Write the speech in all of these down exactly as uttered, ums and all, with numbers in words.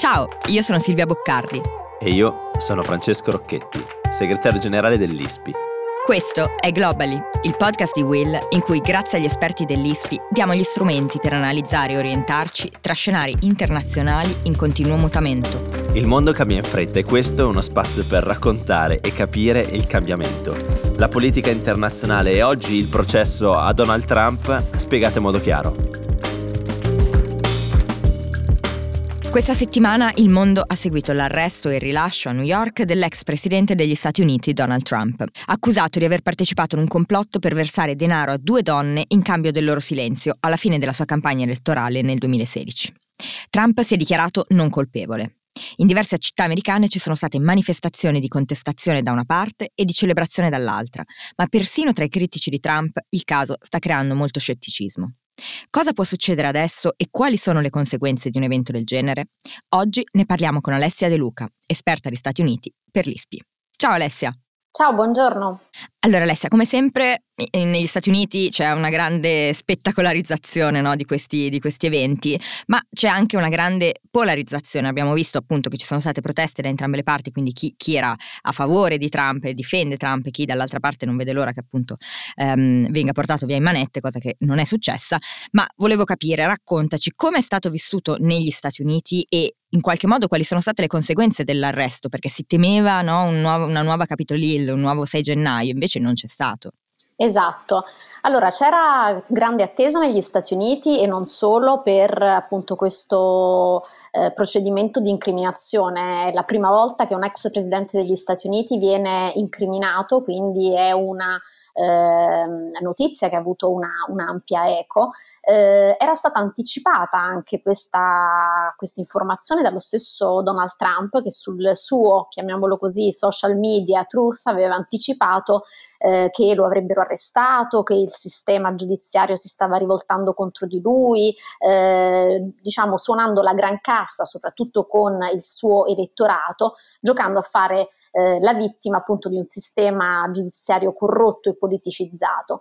Ciao, io sono Silvia Boccardi. E io sono Francesco Rocchetti, segretario generale dell'I S P I. Questo è Globally, il podcast di Will in cui, grazie agli esperti dell'I S P I, diamo gli strumenti per analizzare e orientarci tra scenari internazionali in continuo mutamento. Il mondo cambia in fretta e questo è uno spazio per raccontare e capire il cambiamento. La politica internazionale e oggi il processo a Donald Trump spiegato in modo chiaro. Questa settimana il mondo ha seguito l'arresto e il rilascio a New York dell'ex presidente degli Stati Uniti Donald Trump, accusato di aver partecipato in un complotto per versare denaro a due donne in cambio del loro silenzio alla fine della sua campagna elettorale nel duemilasedici. Trump si è dichiarato non colpevole. In diverse città americane ci sono state manifestazioni di contestazione da una parte e di celebrazione dall'altra, ma persino tra i critici di Trump il caso sta creando molto scetticismo. Cosa può succedere adesso e quali sono le conseguenze di un evento del genere? Oggi ne parliamo con Alessia De Luca, esperta di Stati Uniti per l'I S P I. Ciao Alessia! Ciao, buongiorno! Allora Alessia, come sempre negli Stati Uniti c'è una grande spettacolarizzazione, no, di questi, di questi eventi, ma c'è anche una grande polarizzazione. Abbiamo visto appunto che ci sono state proteste da entrambe le parti, quindi chi, chi era a favore di Trump e difende Trump e chi dall'altra parte non vede l'ora che appunto ehm, venga portato via in manette, cosa che non è successa. Ma volevo capire, raccontaci come è stato vissuto negli Stati Uniti e in qualche modo quali sono state le conseguenze dell'arresto, perché si temeva, no, un nuovo, una nuova Capitol Hill, un nuovo sei gennaio, invece non c'è stato. Esatto, allora c'era grande attesa negli Stati Uniti e non solo per appunto questo eh, procedimento di incriminazione. È la prima volta che un ex presidente degli Stati Uniti viene incriminato, quindi è una eh, notizia che ha avuto una, un'ampia eco. Eh, era stata anticipata anche questa informazione dallo stesso Donald Trump, che sul suo, chiamiamolo così, social media Truth aveva anticipato eh, che lo avrebbero arrestato, che il sistema giudiziario si stava rivoltando contro di lui, eh, diciamo suonando la gran cassa soprattutto con il suo elettorato, giocando a fare eh, la vittima appunto di un sistema giudiziario corrotto e politicizzato.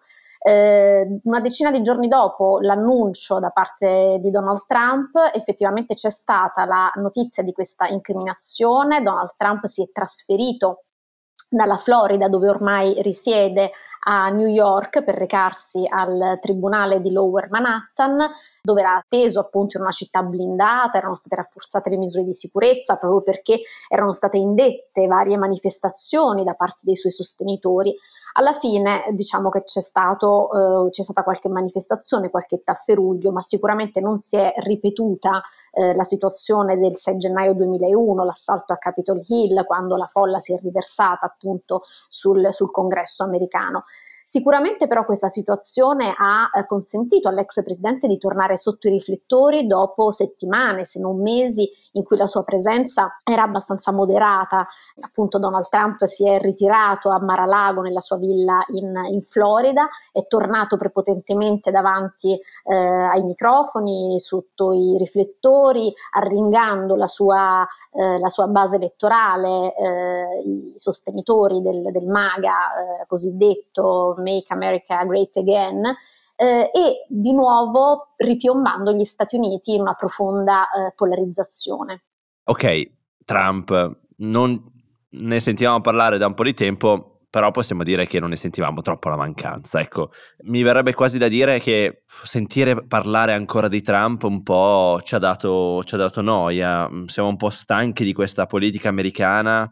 Eh, una decina di giorni dopo l'annuncio da parte di Donald Trump, effettivamente c'è stata la notizia di questa incriminazione. Donald Trump si è trasferito dalla Florida, dove ormai risiede, a New York per recarsi al tribunale di Lower Manhattan, dove era atteso appunto in una città blindata. Erano state rafforzate le misure di sicurezza proprio perché erano state indette varie manifestazioni da parte dei suoi sostenitori. Alla fine diciamo che c'è stato, eh, c'è stata qualche manifestazione, qualche tafferuglio, ma sicuramente non si è ripetuta eh, la situazione del sei gennaio duemilauno, l'assalto a Capitol Hill, quando la folla si è riversata appunto sul, sul congresso americano. Sicuramente però questa situazione ha eh, consentito all'ex presidente di tornare sotto i riflettori dopo settimane, se non mesi, in cui la sua presenza era abbastanza moderata. Appunto Donald Trump si è ritirato a Mar-a-Lago nella sua villa in, in Florida, è tornato prepotentemente davanti eh, ai microfoni, sotto i riflettori, arringando la sua, eh, la sua base elettorale, eh, i sostenitori del, del MAGA eh, cosiddetto Make America Great Again, eh, e di nuovo ripiombando gli Stati Uniti in una profonda eh, polarizzazione. Ok, Trump, non ne sentivamo parlare da un po' di tempo, però possiamo dire che non ne sentivamo troppo la mancanza. Ecco, mi verrebbe quasi da dire che sentire parlare ancora di Trump un po' ci ha dato, ci ha dato noia. Siamo un po' stanchi di questa politica americana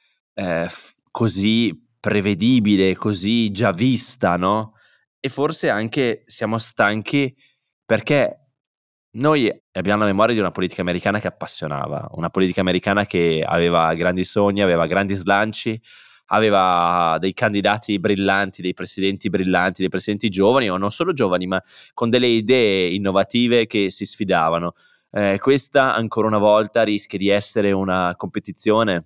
eh, così prevedibile, così già vista, no? E forse anche siamo stanchi perché noi abbiamo la memoria di una politica americana che appassionava, una politica americana che aveva grandi sogni, aveva grandi slanci, aveva dei candidati brillanti, dei presidenti brillanti, dei presidenti giovani, o non solo giovani, ma con delle idee innovative che si sfidavano. Eh, questa ancora una volta rischia di essere una competizione,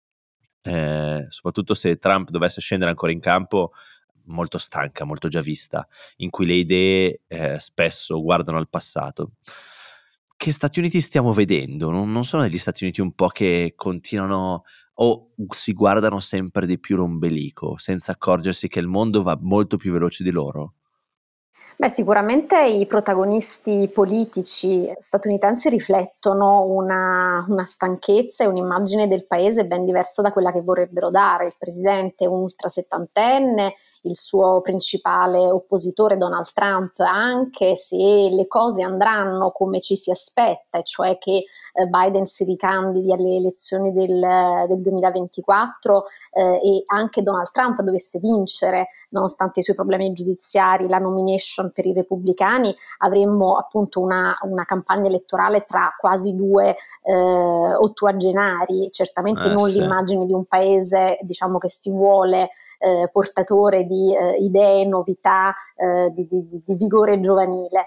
Eh, soprattutto se Trump dovesse scendere ancora in campo, molto stanca, molto già vista, in cui le idee eh, spesso guardano al passato. Che Stati Uniti stiamo vedendo? Non, non sono degli Stati Uniti un po' che continuano o si guardano sempre di più l'ombelico senza accorgersi che il mondo va molto più veloce di loro? Beh, sicuramente i protagonisti politici statunitensi riflettono una, una stanchezza e un'immagine del paese ben diversa da quella che vorrebbero dare. Il presidente è un ultrasettantenne, il suo principale oppositore Donald Trump, anche se le cose andranno come ci si aspetta, e cioè che eh, Biden si ricandidi alle elezioni del, del duemilaventiquattro eh, e anche Donald Trump dovesse vincere, nonostante i suoi problemi giudiziari, la nomination per i repubblicani, avremmo appunto una, una campagna elettorale tra quasi due eh, ottuagenari, certamente Eh, non sì. l'immagine di un paese, diciamo, che si vuole eh, portatore di eh, idee, novità, eh, di, di, di vigore giovanile.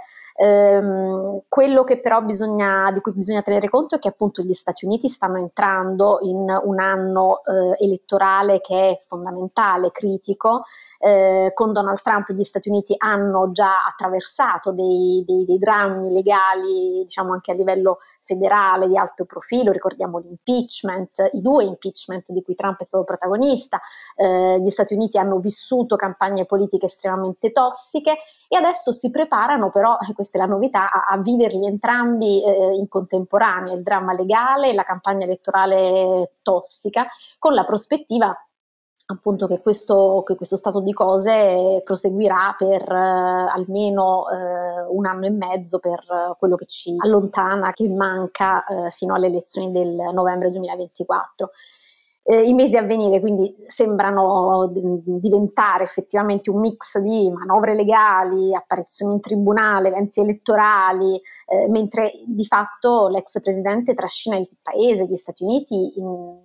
Ehm, quello che però bisogna, di cui bisogna tenere conto è che appunto gli Stati Uniti stanno entrando in un anno eh, elettorale che è fondamentale, critico. Eh, con Donald Trump gli Stati Uniti hanno già attraversato dei, dei, dei drammi legali, diciamo anche a livello federale di alto profilo. Ricordiamo l'impeachment, i due impeachment di cui Trump è stato protagonista. Eh, gli Stati Uniti hanno vissuto campagne politiche estremamente tossiche e adesso si preparano però, e questa è la novità, a, a viverli entrambi eh, in contemporanea, il dramma legale e la campagna elettorale tossica, con la prospettiva appunto che questo, che questo stato di cose proseguirà per eh, almeno eh, un anno e mezzo, per eh, quello che ci allontana, che manca eh, fino alle elezioni del novembre duemilaventiquattro. Eh, I mesi a venire quindi sembrano d- diventare effettivamente un mix di manovre legali, apparizioni in tribunale, eventi elettorali, eh, mentre di fatto l'ex presidente trascina il paese, gli Stati Uniti, in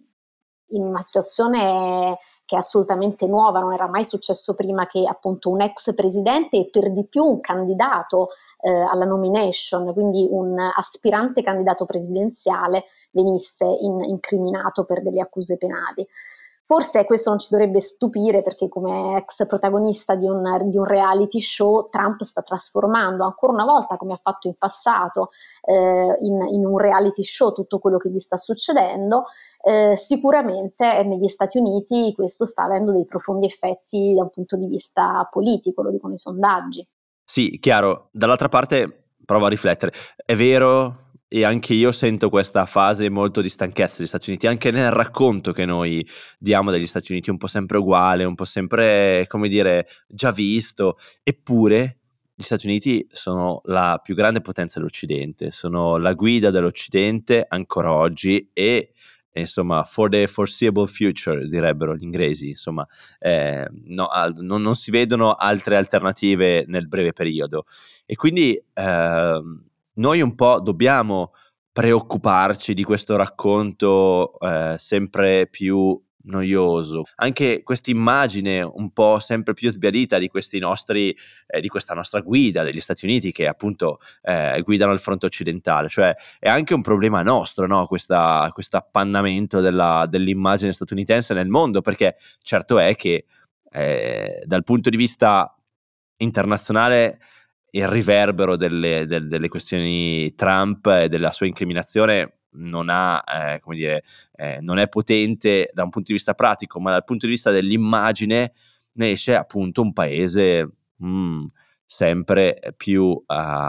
in una situazione che è assolutamente nuova. Non era mai successo prima che appunto un ex presidente e per di più un candidato eh, alla nomination, quindi un aspirante candidato presidenziale, venisse in, incriminato per delle accuse penali. Forse questo non ci dovrebbe stupire, perché come ex protagonista di un, di un reality show Trump sta trasformando ancora una volta, come ha fatto in passato, eh, in, in un reality show tutto quello che gli sta succedendo. Eh, sicuramente negli Stati Uniti questo sta avendo dei profondi effetti da un punto di vista politico, lo dicono i sondaggi. Sì, chiaro. Dall'altra parte provo a riflettere. È vero, e anche io sento questa fase molto di stanchezza degli Stati Uniti, anche nel racconto che noi diamo degli Stati Uniti, un po' sempre uguale, un po' sempre, come dire, già visto. Eppure gli Stati Uniti sono la più grande potenza dell'Occidente, sono la guida dell'Occidente ancora oggi e insomma for the foreseeable future direbbero gli inglesi, insomma eh, no, al, non, non si vedono altre alternative nel breve periodo e quindi eh, noi un po' dobbiamo preoccuparci di questo racconto eh, sempre più noioso, anche questa immagine un po' sempre più sbiadita di questi nostri eh, di questa nostra guida degli Stati Uniti che appunto eh, guidano il fronte occidentale, cioè è anche un problema nostro, no? Questa, questo appannamento della, dell'immagine statunitense nel mondo, perché certo è che eh, dal punto di vista internazionale il riverbero delle, del, delle questioni Trump e della sua incriminazione non ha, eh, come dire, eh, non è potente da un punto di vista pratico, ma dal punto di vista dell'immagine ne esce appunto un paese mm, sempre più uh,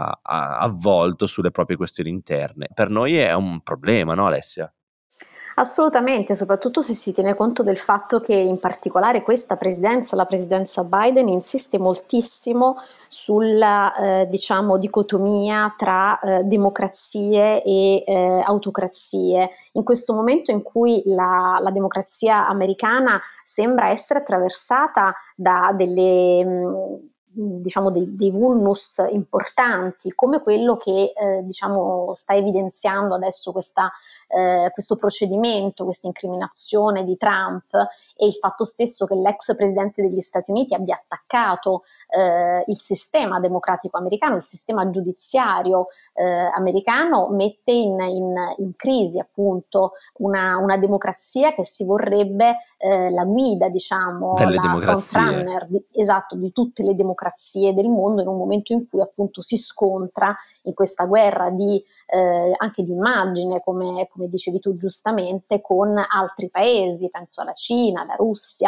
avvolto sulle proprie questioni interne. Per noi è un problema, no Alessia? Assolutamente, soprattutto se si tiene conto del fatto che in particolare questa presidenza, la presidenza Biden, insiste moltissimo sulla eh, diciamo dicotomia tra eh, democrazie e eh, autocrazie. In questo momento in cui la, la democrazia americana sembra essere attraversata da delle mh, diciamo dei, dei vulnus importanti, come quello che eh, diciamo sta evidenziando adesso questa, eh, questo procedimento, questa incriminazione di Trump, e il fatto stesso che l'ex presidente degli Stati Uniti abbia attaccato eh, il sistema democratico americano, il sistema giudiziario eh, americano, mette in, in, in crisi appunto una, una democrazia che si vorrebbe eh, la guida, diciamo, Delle la democrazie. frontrunner di, esatto, di tutte le democrazie del mondo, in un momento in cui appunto si scontra in questa guerra di, eh, anche di immagine, come, come dicevi tu giustamente, con altri paesi, penso alla Cina, alla Russia,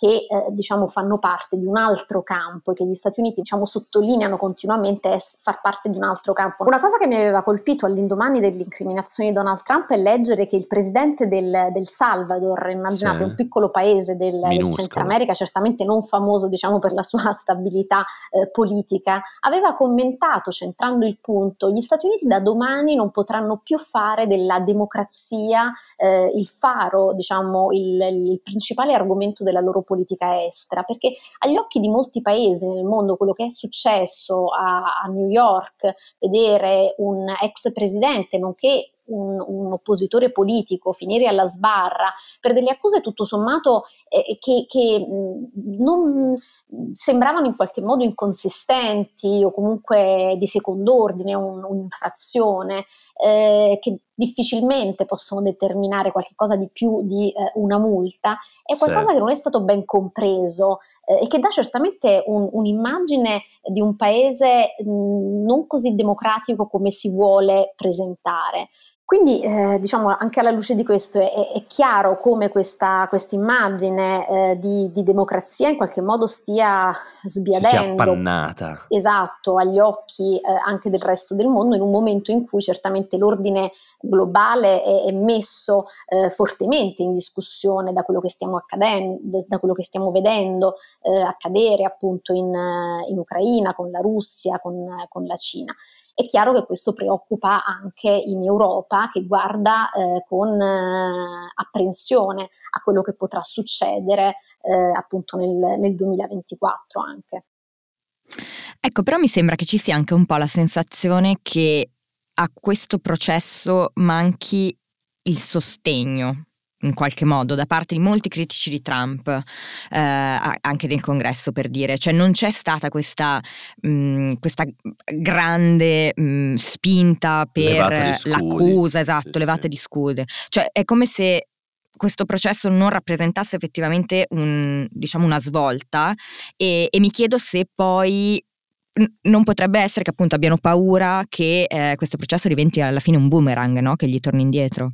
che eh, diciamo fanno parte di un altro campo e che gli Stati Uniti diciamo sottolineano continuamente è far parte di un altro campo. Una cosa che mi aveva colpito all'indomani dell'incriminazione di Donald Trump è leggere che il presidente del, del Salvador, immaginate Sì. un piccolo paese del, del Centro America, certamente non famoso diciamo per la sua stabilità eh, politica, aveva commentato, centrando il punto: gli Stati Uniti da domani non potranno più fare della democrazia eh, il faro, diciamo il, il principale argomento della loro politica estera, perché agli occhi di molti paesi nel mondo quello che è successo a, a New York, vedere un ex presidente nonché un, un oppositore politico finire alla sbarra per delle accuse tutto sommato eh, che, che mh, non sembravano in qualche modo inconsistenti o comunque di secondo ordine, un, un'infrazione eh, che difficilmente possono determinare qualcosa di più di eh, una multa, è qualcosa sì. che non è stato ben compreso eh, e che dà certamente un, un'immagine di un paese mh, non così democratico come si vuole presentare. Quindi eh, diciamo anche alla luce di questo è, è chiaro come questa immagine eh, di, di democrazia in qualche modo stia sbiadendo, si sia appannata. Esatto, agli occhi eh, anche del resto del mondo, in un momento in cui certamente l'ordine globale è, è messo eh, fortemente in discussione da quello che stiamo accadendo, da quello che stiamo vedendo eh, accadere appunto in, in Ucraina, con la Russia, con, con la Cina. È chiaro che questo preoccupa anche in Europa, che guarda eh, con eh, apprensione a quello che potrà succedere eh, appunto nel, nel duemilaventiquattro anche. Ecco, però mi sembra che ci sia anche un po' la sensazione che a questo processo manchi il sostegno in qualche modo da parte di molti critici di Trump, eh, anche nel congresso, per dire, cioè non c'è stata questa, mh, questa grande mh, spinta per l'accusa, esatto, sì, levata sì. di scuse, cioè è come se questo processo non rappresentasse effettivamente un, diciamo una svolta e, e mi chiedo se poi n- non potrebbe essere che appunto abbiano paura che eh, questo processo diventi alla fine un boomerang, no? Che gli torni indietro.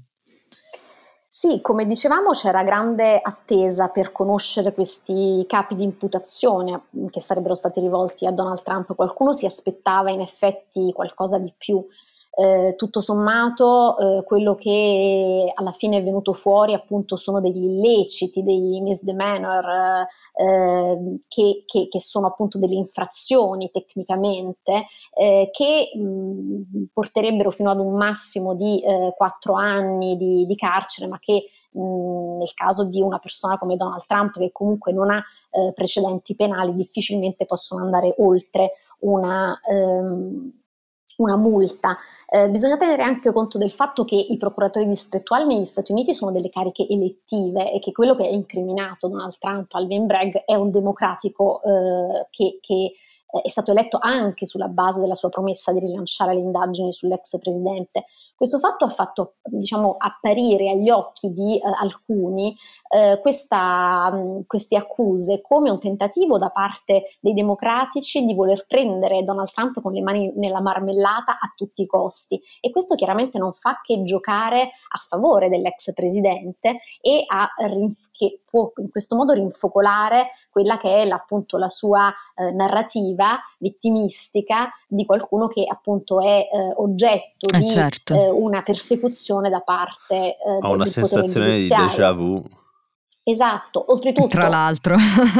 Sì, come dicevamo c'era grande attesa per conoscere questi capi di imputazione che sarebbero stati rivolti a Donald Trump. Qualcuno si aspettava in effetti qualcosa di più. Eh, tutto sommato eh, quello che alla fine è venuto fuori appunto sono degli illeciti, dei misdemeanor eh, che, che, che sono appunto delle infrazioni tecnicamente eh, che mh, porterebbero fino ad un massimo di eh, quattro anni di, di carcere, ma che mh, nel caso di una persona come Donald Trump, che comunque non ha eh, precedenti penali, difficilmente possono andare oltre una ehm, una multa. Eh, bisogna tenere anche conto del fatto che i procuratori distrettuali negli Stati Uniti sono delle cariche elettive e che quello che è incriminato Donald Trump, Alvin Bragg, è un democratico eh, che, che è stato eletto anche sulla base della sua promessa di rilanciare le indagini sull'ex presidente. Questo fatto ha fatto, diciamo, apparire agli occhi di eh, alcuni eh, questa, mh, queste accuse come un tentativo da parte dei democratici di voler prendere Donald Trump con le mani nella marmellata a tutti i costi, e questo chiaramente non fa che giocare a favore dell'ex presidente e a rinf- che può in questo modo rinfocolare quella che è appunto la sua eh, narrativa vittimistica di qualcuno che appunto è eh, oggetto eh di certo. eh, una persecuzione da parte eh, Ho una del potere sensazione di giudiziario. déjà vu. Esatto, oltretutto tra l'altro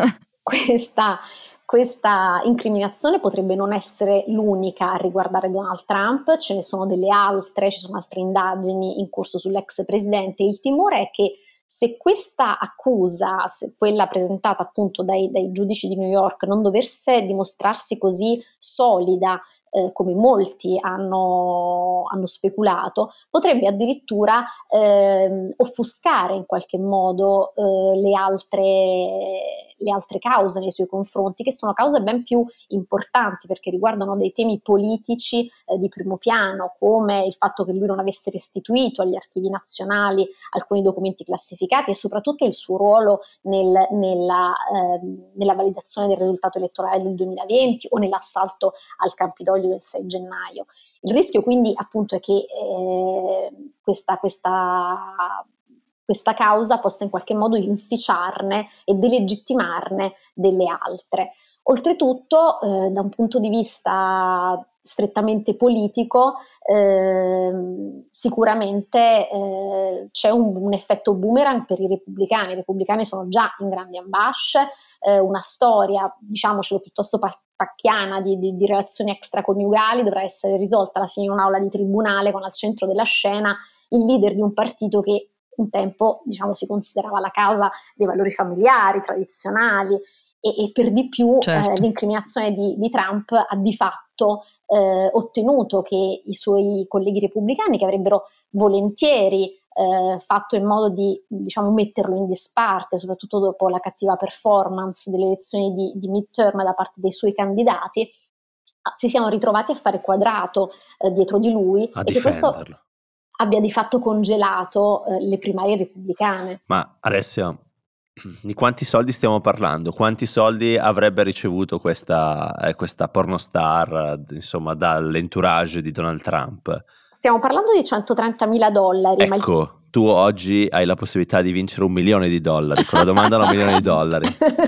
questa, questa incriminazione potrebbe non essere l'unica a riguardare Donald Trump, ce ne sono delle altre, ci sono altre indagini in corso sull'ex presidente. Il timore è che se questa accusa, se quella presentata appunto dai, dai giudici di New York, non dovesse dimostrarsi così solida eh, come molti hanno, hanno speculato, potrebbe addirittura eh, offuscare in qualche modo eh, le altre, le altre cause nei suoi confronti, che sono cause ben più importanti perché riguardano dei temi politici eh, di primo piano, come il fatto che lui non avesse restituito agli archivi nazionali alcuni documenti classificati e soprattutto il suo ruolo nel, nella, eh, nella validazione del risultato elettorale del duemilaventi o nell'assalto al Campidoglio del sei gennaio. Il rischio quindi appunto è che eh, questa, questa questa causa possa in qualche modo inficiarne e delegittimarne delle altre. Oltretutto, eh, da un punto di vista strettamente politico, eh, sicuramente eh, c'è un, un effetto boomerang per i repubblicani. I repubblicani sono già in grandi ambasce, eh, una storia, diciamocelo, piuttosto pacchiana di, di, di relazioni extraconiugali dovrà essere risolta alla fine in un'aula di tribunale, con al centro della scena il leader di un partito che un tempo, diciamo, si considerava la casa dei valori familiari, tradizionali, e, e per di più certo. eh, l'incriminazione di, di Trump ha di fatto eh, ottenuto che i suoi colleghi repubblicani, che avrebbero volentieri eh, fatto in modo di, diciamo, metterlo in disparte, soprattutto dopo la cattiva performance delle elezioni di, di midterm da parte dei suoi candidati, si siano ritrovati a fare quadrato eh, dietro di lui a e difenderlo. Che questo abbia di fatto congelato eh, le primarie repubblicane. Ma Alessia, di quanti soldi stiamo parlando? Quanti soldi avrebbe ricevuto questa, eh, questa pornostar, insomma, dall'entourage di Donald Trump? Stiamo parlando di centotrentamila dollari. Ecco, ma il... tu oggi hai la possibilità di vincere un milione di dollari, con la domanda da un milione di dollari.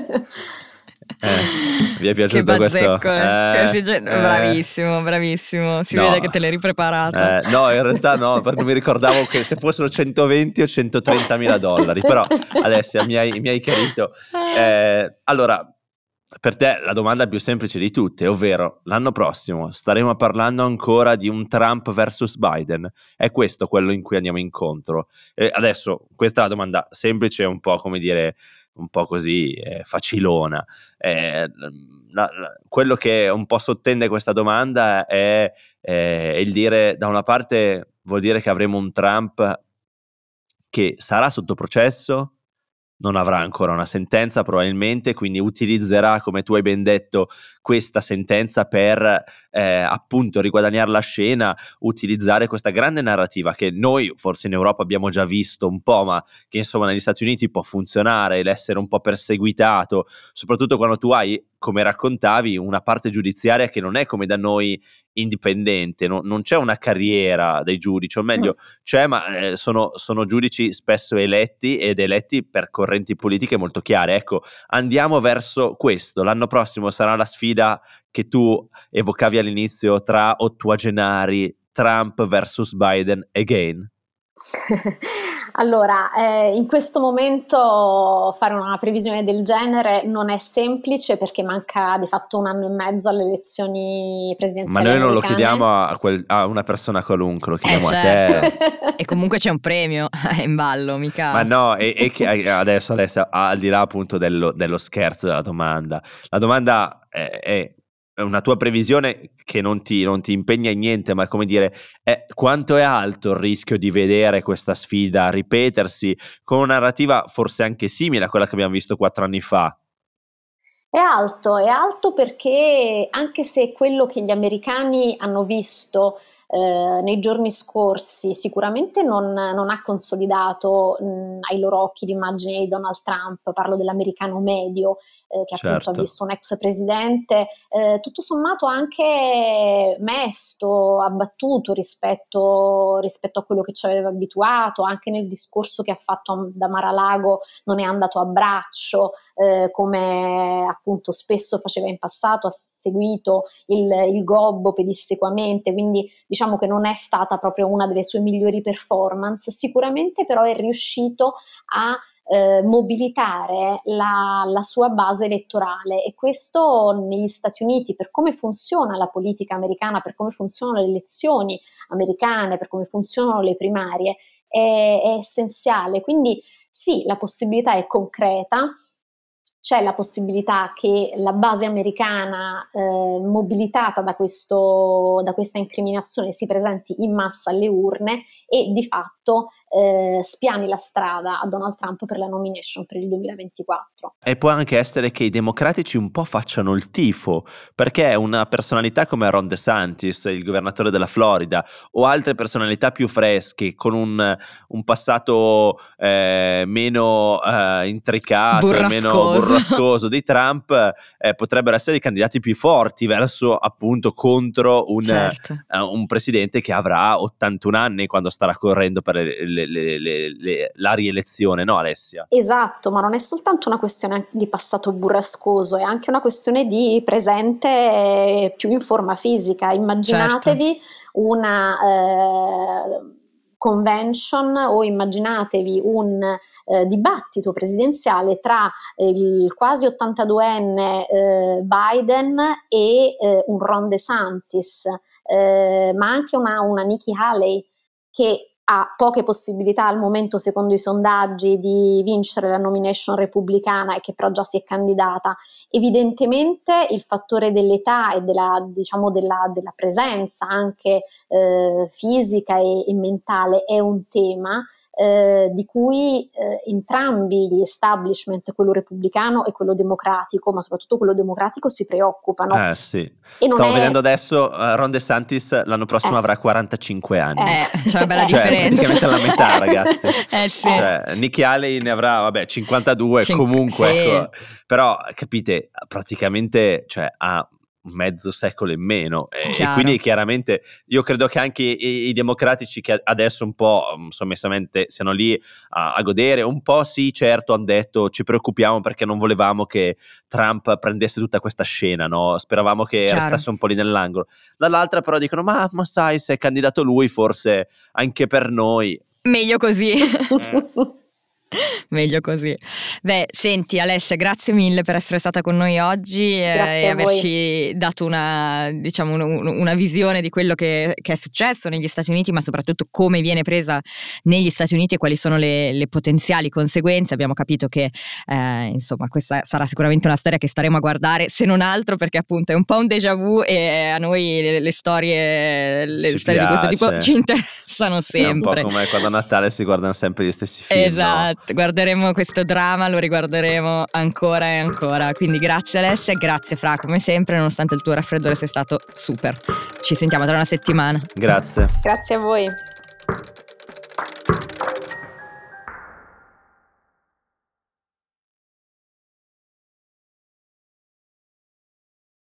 Eh, vi è piaciuto che pazzesco, questo? Eh, eh, eh, bravissimo, bravissimo. Si no, vede che te l'hai ripreparato. Eh, no, in realtà no, non mi ricordavo che se fossero centoventi o centotrentamila dollari. Però, Alessia, mi hai, mi hai chiarito. Eh, allora, per te la domanda più semplice di tutte, ovvero l'anno prossimo staremo parlando ancora di un Trump versus Biden? È questo quello in cui andiamo incontro? Eh, adesso, questa è la domanda semplice, un po' come dire, un po' così eh, facilona. Eh, la, la, quello che un po' sottende questa domanda è eh, il dire, da una parte vuol dire che avremo un Trump che sarà sotto processo, non avrà ancora una sentenza probabilmente, quindi utilizzerà, come tu hai ben detto, questa sentenza per eh, appunto riguadagnare la scena, utilizzare questa grande narrativa che noi forse in Europa abbiamo già visto un po', ma che insomma negli Stati Uniti può funzionare, l'essere un po' perseguitato, soprattutto quando tu hai, come raccontavi, una parte giudiziaria che non è come da noi indipendente, no, non c'è una carriera dei giudici, o meglio mm. c'è, ma eh, sono, sono giudici spesso eletti ed eletti per correnti politiche molto chiare. Ecco, andiamo verso questo. L'anno prossimo sarà la sfida che tu evocavi all'inizio tra ottuagenari, Trump versus Biden again. Allora, eh, in questo momento fare una previsione del genere non è semplice perché manca di fatto un anno e mezzo alle elezioni presidenziali. Ma noi non americane. Lo chiediamo a, quel, a una persona qualunque, lo chiediamo eh, a certo. te. E comunque c'è un premio in ballo, mica. Ma no, e, e che adesso, adesso al di là appunto dello, dello scherzo della domanda, la domanda è, è una tua previsione che non ti, non ti impegna in niente, ma come dire, è, quanto è alto il rischio di vedere questa sfida ripetersi con una narrativa forse anche simile a quella che abbiamo visto quattro anni fa? È alto, è alto perché anche se quello che gli americani hanno visto eh, nei giorni scorsi sicuramente non, non ha consolidato mh, ai loro occhi l'immagine di Donald Trump, parlo dell'americano medio eh, che certo. appunto ha visto un ex presidente eh, tutto sommato anche mesto, abbattuto rispetto, rispetto a quello che ci aveva abituato, anche nel discorso che ha fatto da Mar-a-Lago non è andato a braccio eh, come appunto spesso faceva in passato, ha seguito il, il gobbo pedissequamente, quindi diciamo che non è stata proprio una delle sue migliori performance. Sicuramente però è riuscito a eh, mobilitare la, la sua base elettorale, e questo negli Stati Uniti, per come funziona la politica americana, per come funzionano le elezioni americane, per come funzionano le primarie, è, è essenziale. Quindi sì, la possibilità è concreta. C'è la possibilità che la base americana eh, mobilitata da, questo, da questa incriminazione si presenti in massa alle urne e di fatto eh, spiani la strada a Donald Trump per la nomination per il duemilaventiquattro. E può anche essere che i democratici un po' facciano il tifo, perché una personalità come Ron DeSantis, il governatore della Florida, o altre personalità più fresche con un, un passato eh, meno eh, intricato, burrascoso. meno burrascoso di Trump eh, potrebbero essere i candidati più forti verso appunto contro un, certo. eh, un presidente che avrà ottantuno anni quando starà correndo per le, le, le, le, le, la rielezione, no Alessia? Esatto, ma non è soltanto una questione di passato burrascoso, è anche una questione di presente più in forma fisica. Immaginatevi certo. una eh, convention o immaginatevi un eh, dibattito presidenziale tra eh, il quasi ottantaduenne eh, Biden e eh, un Ron DeSantis, eh, ma anche una, una Nikki Haley che ha poche possibilità al momento, secondo i sondaggi, di vincere la nomination repubblicana e che però già si è candidata. Evidentemente il fattore dell'età e della, diciamo, della, della presenza anche eh, fisica e, e mentale è un tema eh, di cui eh, entrambi gli establishment, quello repubblicano e quello democratico, ma soprattutto quello democratico, si preoccupano. Eh sì, e non stavo è... vedendo adesso uh, Ron DeSantis l'anno prossimo eh. avrà quarantacinque anni. Eh, c'è una bella cioè, differenza. praticamente la metà, ragazzi. eh sì. Cioè, Nikki Haley ne avrà, vabbè, cinquantadue Cin- comunque, sì. Ecco. Però, capite, praticamente, cioè, ha mezzo secolo in meno e, e quindi chiaramente io credo che anche i, i democratici che adesso un po' sommessamente siano lì a, a godere, un po' sì, certo, hanno detto ci preoccupiamo perché non volevamo che Trump prendesse tutta questa scena, no? Speravamo che Chiaro. restasse un po' lì nell'angolo. Dall'altra però dicono ma, ma sai, se è candidato lui forse anche per noi meglio così. eh. Meglio così. Beh, senti Alessia, grazie mille per essere stata con noi oggi eh, e averci voi. dato una, diciamo, un, una visione di quello che, che è successo negli Stati Uniti, ma soprattutto come viene presa negli Stati Uniti e quali sono le, le potenziali conseguenze. Abbiamo capito che eh, insomma questa sarà sicuramente una storia che staremo a guardare, se non altro perché appunto è un po' un déjà vu e a noi le, le storie, le storie di questo tipo ci interessano sempre. È un po' come quando a Natale si guardano sempre gli stessi film. Esatto. No? Guarderemo questo dramma, lo riguarderemo ancora e ancora. Quindi grazie Alessia, grazie Fra, come sempre, nonostante il tuo raffreddore sei stato super. Ci sentiamo tra una settimana. Grazie. Grazie a voi.